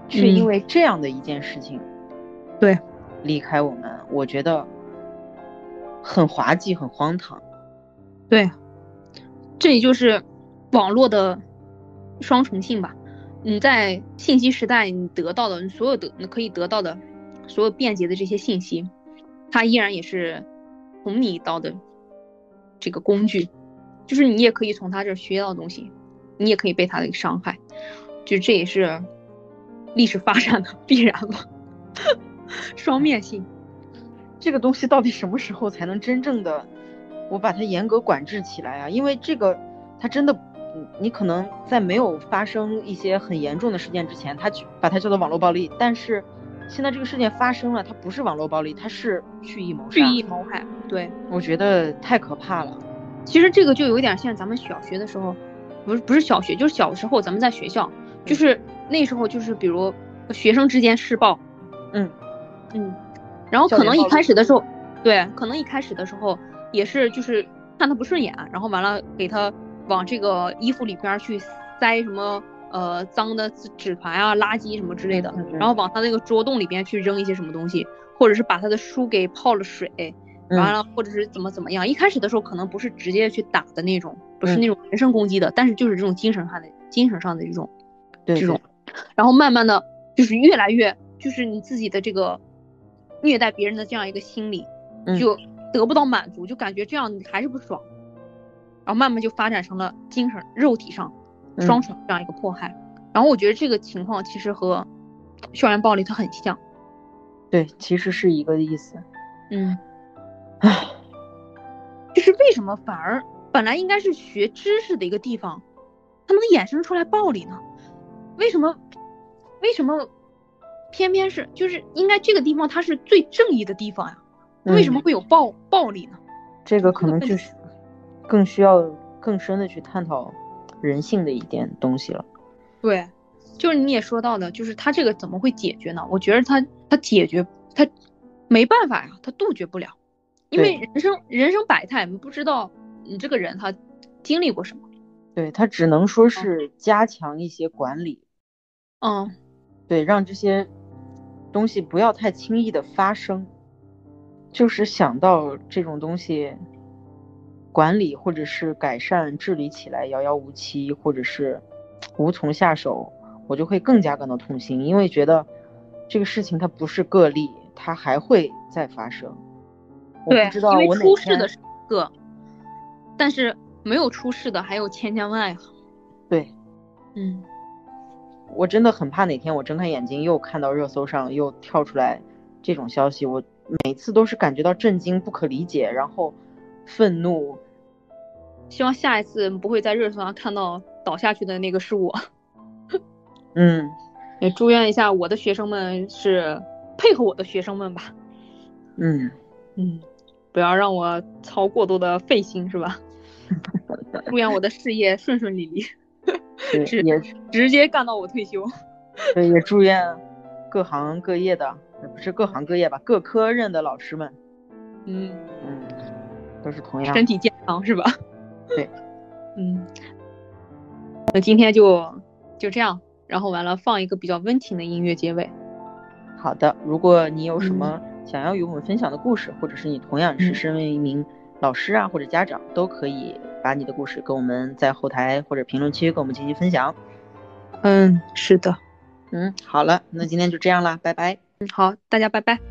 是因为这样的一件事情， 对， 离开我们，我觉得很滑稽，很荒唐。 对，这也就是网络的双重性吧。你在信息时代，你得到的，你所有的你可以得到的所有便捷的这些信息，它依然也是捅你一刀的这个工具，就是你也可以从他这儿学到东西，你也可以被他的伤害，就这也是历史发展的必然吧。双面性， 这个东西到底什么时候才能真正的我把它严格管制起来啊？因为这个它真的，你可能在没有发生一些很严重的事件之前，它把它叫做网络暴力，但是现在这个事件发生了，它不是网络暴力，它是蓄意谋杀。 蓄意谋害，对， 我觉得太可怕了。 其实这个就有点像咱们小学的时候，不是不是小学，就是小时候咱们在学校，就是那时候就是比如学生之间施暴， 嗯嗯，然后可能一开始的时候，对，可能一开始的时候也是就是看他不顺眼，然后完了给他往这个衣服里边去塞什么呃脏的纸团啊、垃圾什么之类的， 嗯嗯然后往他那个桌洞里边去扔一些什么东西，或者是把他的书给泡了水，完了或者是怎么怎么样。一开始的时候可能不是直接去打的那种，不是那种人身攻击的，但是就是这种精神上的精神上的这种这种，然后慢慢的就是越来越就是你自己的这个虐待别人的这样一个心理就得不到满足，就感觉这样你还是不爽，然后慢慢就发展成了精神肉体上双重这样一个迫害。然后我觉得这个情况其实和校园暴力它很像， 对，其实是一个意思。 嗯，唉，就是为什么反而本来应该是学知识的一个地方，它能衍生出来暴力呢？为什么为什么偏偏是就是应该这个地方它是最正义的地方呀，为什么会有暴、嗯、暴力呢？ 这个可能就是更需要更深的去探讨人性的一点东西了。 对，就是你也说到的，就是他这个怎么会解决呢？我觉得他他解决他没办法呀，他杜绝不了，因为人生人生百态，你不知道你这个人他经历过什么。 对，他只能说是加强一些管理。 嗯， 对，让这些东西不要太轻易的发生。就是想到这种东西管理或者是改善治理起来遥遥无期，或者是无从下手，我就会更加感到痛心，因为觉得这个事情它不是个例，它还会再发生。 对， 我不知道我哪天因为出事的是个，但是没有出事的还有千千万呀。 对， 嗯， 我真的很怕哪天我睁开眼睛又看到热搜上又跳出来这种消息，我每次都是感觉到震惊、不可理解，然后愤怒。 希望下一次不会在热搜上看到倒下去的那个是我。 嗯， 也祝愿一下我的学生们是配合我的学生们吧。 嗯嗯，不要让我操过多的费心，是吧？祝愿我的事业顺顺利利， 对，也直接干到我退休。 对，也祝愿各行各业的，不是各行各业吧，各科任的老师们， 嗯嗯，都是同样身体健康，是吧？ 对， 嗯，那今天就就这样，然后完了放一个比较温情的音乐结尾。 好的，如果你有什么想要与我们分享的故事，嗯、或者是你同样是身为一名老师啊、嗯、或者家长，都可以把你的故事跟我们在后台或者评论区跟我们进行分享。 嗯，是的。 嗯，好了，那今天就这样啦，拜拜。 嗯，好，大家拜拜。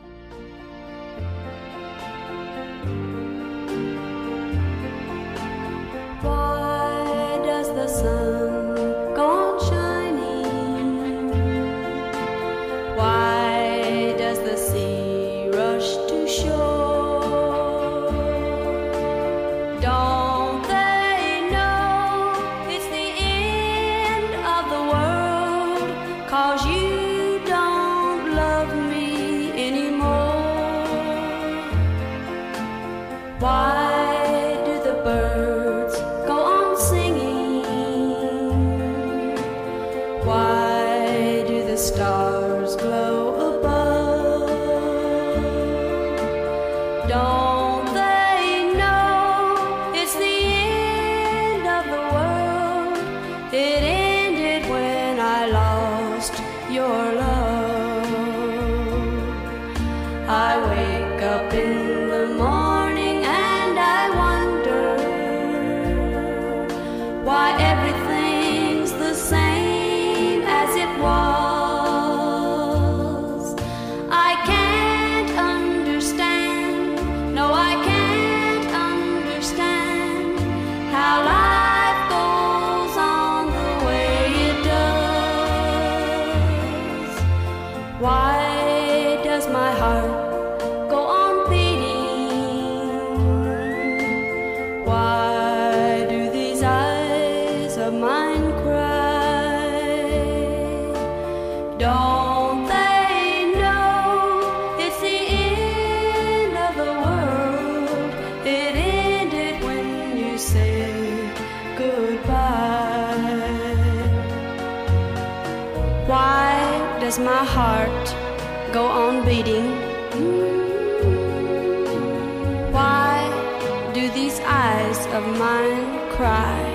The sun gone shining? Why does the sea rush to shore? Don't they know it's the end of the world? 'Cause you don't love me anymore. Why do the birds go on singing? Why do the stars glow above? Don't they know it's the end of the world? It ended when I lost your up in the morning and I wonder why everything's the same as it was. I can't understand, no I can't understand how life goes on the way it does. Why does my heart go on beating? Why do these eyes of mine cry? Don't they know it's the end of the world? It ended when you said goodbye. Why does my heart go on beating? Why do these eyes of mine cry?